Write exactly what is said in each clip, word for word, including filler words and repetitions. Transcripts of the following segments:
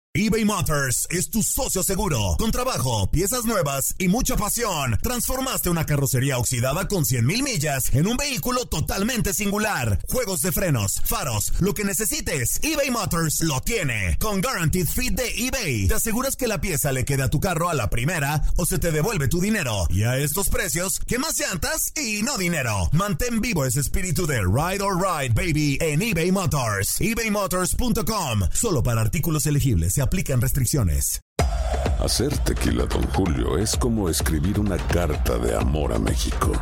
eBay Motors es tu socio seguro. Con trabajo, piezas nuevas y mucha pasión, transformaste una carrocería oxidada con cien mil millas en un vehículo totalmente singular. Juegos de frenos, faros, lo que necesites, eBay Motors lo tiene. Con Guaranteed Fit de eBay, te aseguras que la pieza le quede a tu carro a la primera o se te devuelve tu dinero. Y a estos precios, ¿qué más llantas y no dinero? Mantén vivo ese espíritu de Ride or Ride, baby, en eBay Motors. ebay motors punto com. Solo para artículos elegibles se aplican restricciones. Hacer tequila Don Julio es como escribir una carta de amor a México.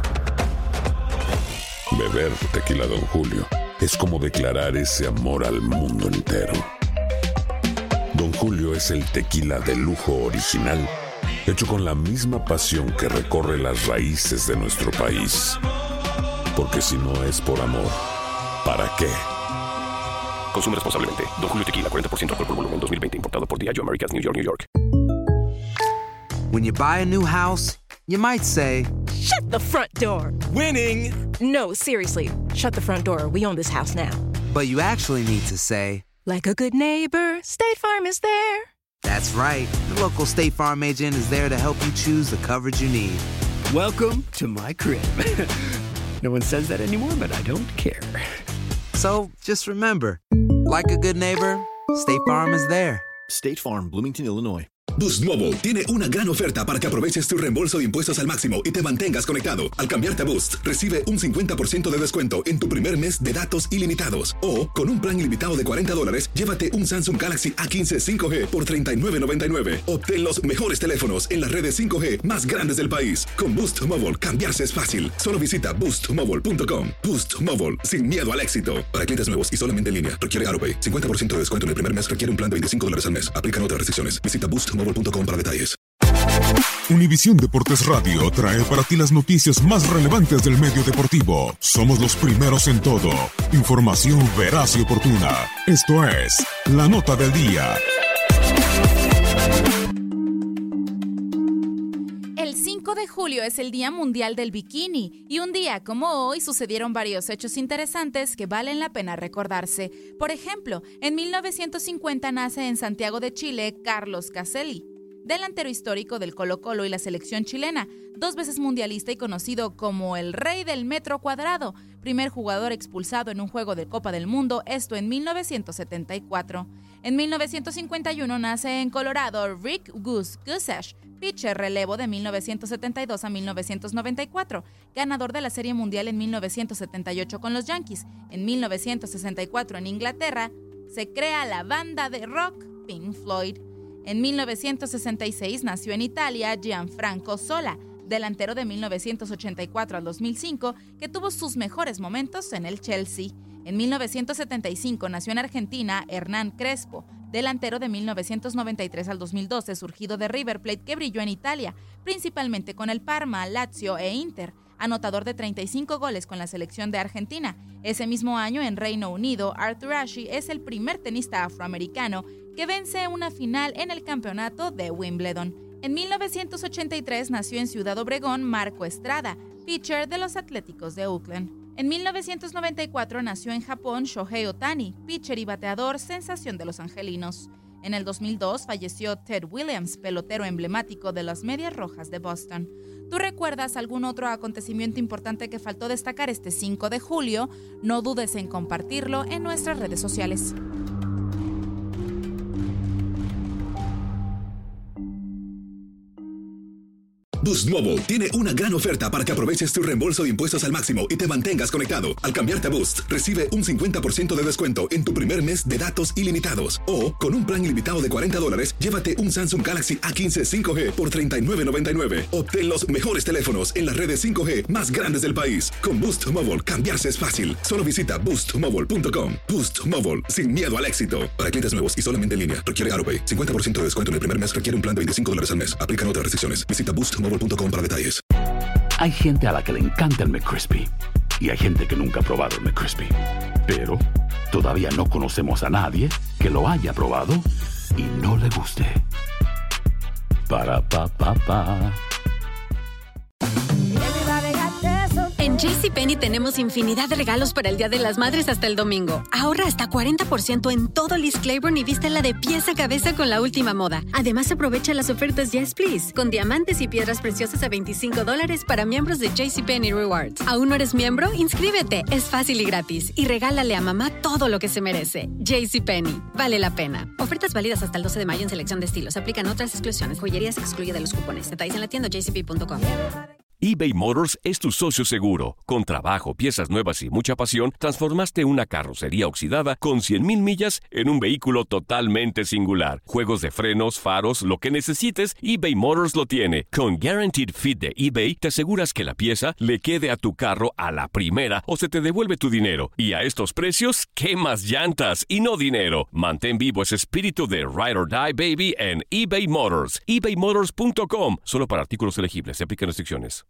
Beber tequila Don Julio es como declarar ese amor al mundo entero. Don Julio es el tequila de lujo original, hecho con la misma pasión que recorre las raíces de nuestro país. Porque si no es por amor, ¿para qué? Consume responsablemente. Don Julio Tequila, cuarenta por ciento alcohol por volumen, dos mil veinte. Importado por Diageo Americas, New York, New York. When you buy a new house, you might say, "Shut the front door." Winning! No, seriously. Shut the front door. We own this house now. But you actually need to say, like a good neighbor, State Farm is there. That's right. The local State Farm agent is there to help you choose the coverage you need. Welcome to my crib. No one says that anymore, but I don't care. So, just remember, like a good neighbor, State Farm is there. State Farm, Bloomington, Illinois. Boost Mobile tiene una gran oferta para que aproveches tu reembolso de impuestos al máximo y te mantengas conectado. Al cambiarte a Boost, recibe un cincuenta por ciento de descuento en tu primer mes de datos ilimitados. O, con un plan ilimitado de cuarenta dólares, llévate un Samsung Galaxy A quince cinco G por treinta y nueve noventa y nueve. Obtén los mejores teléfonos en las redes cinco G más grandes del país. Con Boost Mobile, cambiarse es fácil. Solo visita boost mobile punto com. Boost Mobile, sin miedo al éxito. Para clientes nuevos y solamente en línea, requiere AutoPay. cincuenta por ciento de descuento en el primer mes, requiere un plan de veinticinco dólares al mes. Aplican otras restricciones. Visita boost mobile punto com para detalles. Univisión Deportes Radio trae para ti las noticias más relevantes del medio deportivo. Somos los primeros en todo. Información veraz y oportuna. Esto es La Nota del Día. El cinco de julio es el Día Mundial del Bikini y un día como hoy sucedieron varios hechos interesantes que valen la pena recordarse. Por ejemplo, en mil novecientos cincuenta nace en Santiago de Chile Carlos Caselli, delantero histórico del Colo-Colo y la selección chilena, dos veces mundialista y conocido como el rey del metro cuadrado, primer jugador expulsado en un juego de Copa del Mundo, esto en mil novecientos setenta y cuatro. En mil novecientos cincuenta y uno nace en Colorado Rick Gus Gossage, pitcher relevo de mil novecientos setenta y dos a mil novecientos noventa y cuatro, ganador de la Serie Mundial en mil novecientos setenta y ocho con los Yankees. En mil novecientos sesenta y cuatro en Inglaterra se crea la banda de rock Pink Floyd. En mil novecientos sesenta y seis nació en Italia Gianfranco Zola, delantero de mil novecientos ochenta y cuatro al dos mil cinco, que tuvo sus mejores momentos en el Chelsea. En mil novecientos setenta y cinco nació en Argentina Hernán Crespo, delantero de mil novecientos noventa y tres al dos mil doce, surgido de River Plate, que brilló en Italia, principalmente con el Parma, Lazio e Inter, anotador de treinta y cinco goles con la selección de Argentina. Ese mismo año en Reino Unido, Arthur Ashe es el primer tenista afroamericano que vence una final en el campeonato de Wimbledon. En mil novecientos ochenta y tres nació en Ciudad Obregón Marco Estrada, pitcher de los Atléticos de Oakland. En mil novecientos noventa y cuatro nació en Japón Shohei Ohtani, pitcher y bateador sensación de los angelinos. En el dos mil dos falleció Ted Williams, pelotero emblemático de las Medias Rojas de Boston. ¿Tú recuerdas algún otro acontecimiento importante que faltó destacar este cinco de julio? No dudes en compartirlo en nuestras redes sociales. Boost Mobile tiene una gran oferta para que aproveches tu reembolso de impuestos al máximo y te mantengas conectado. Al cambiarte a Boost, recibe un cincuenta por ciento de descuento en tu primer mes de datos ilimitados. O, con un plan ilimitado de cuarenta dólares, llévate un Samsung Galaxy A quince cinco G por treinta y nueve noventa y nueve. Obtén los mejores teléfonos en las redes cinco G más grandes del país. Con Boost Mobile, cambiarse es fácil. Solo visita boost mobile punto com. Boost Mobile, sin miedo al éxito. Para clientes nuevos y solamente en línea, requiere AutoPay. cincuenta por ciento de descuento en el primer mes, requiere un plan de veinticinco dólares al mes. Aplican otras restricciones. Visita boost mobile punto com para detalles. Hay gente a la que le encanta el McCrispy y hay gente que nunca ha probado el McCrispy. Pero todavía no conocemos a nadie que lo haya probado y no le guste. Para pa pa pa. En En JCPenney tenemos infinidad de regalos para el Día de las Madres hasta el domingo. Ahorra hasta cuarenta por ciento en todo Liz Claiborne y vístela de pies a cabeza con la última moda. Además, aprovecha las ofertas Yes Please, con diamantes y piedras preciosas a veinticinco dólares para miembros de JCPenney Rewards. ¿Aún no eres miembro? Inscríbete. Es fácil y gratis. Y regálale a mamá todo lo que se merece. JCPenney. Vale la pena. Ofertas válidas hasta el doce de mayo en selección de estilos. Aplican otras exclusiones. Joyería se excluye de los cupones. Detalles en la tienda j c p punto com. eBay Motors es tu socio seguro. Con trabajo, piezas nuevas y mucha pasión, transformaste una carrocería oxidada con cien mil millas en un vehículo totalmente singular. Juegos de frenos, faros, lo que necesites, eBay Motors lo tiene. Con Guaranteed Fit de eBay, te aseguras que la pieza le quede a tu carro a la primera o se te devuelve tu dinero. Y a estos precios, ¿qué más llantas y no dinero? Mantén vivo ese espíritu de Ride or Die, baby, en eBay Motors. ebay motors punto com. Solo para artículos elegibles. Se aplican restricciones.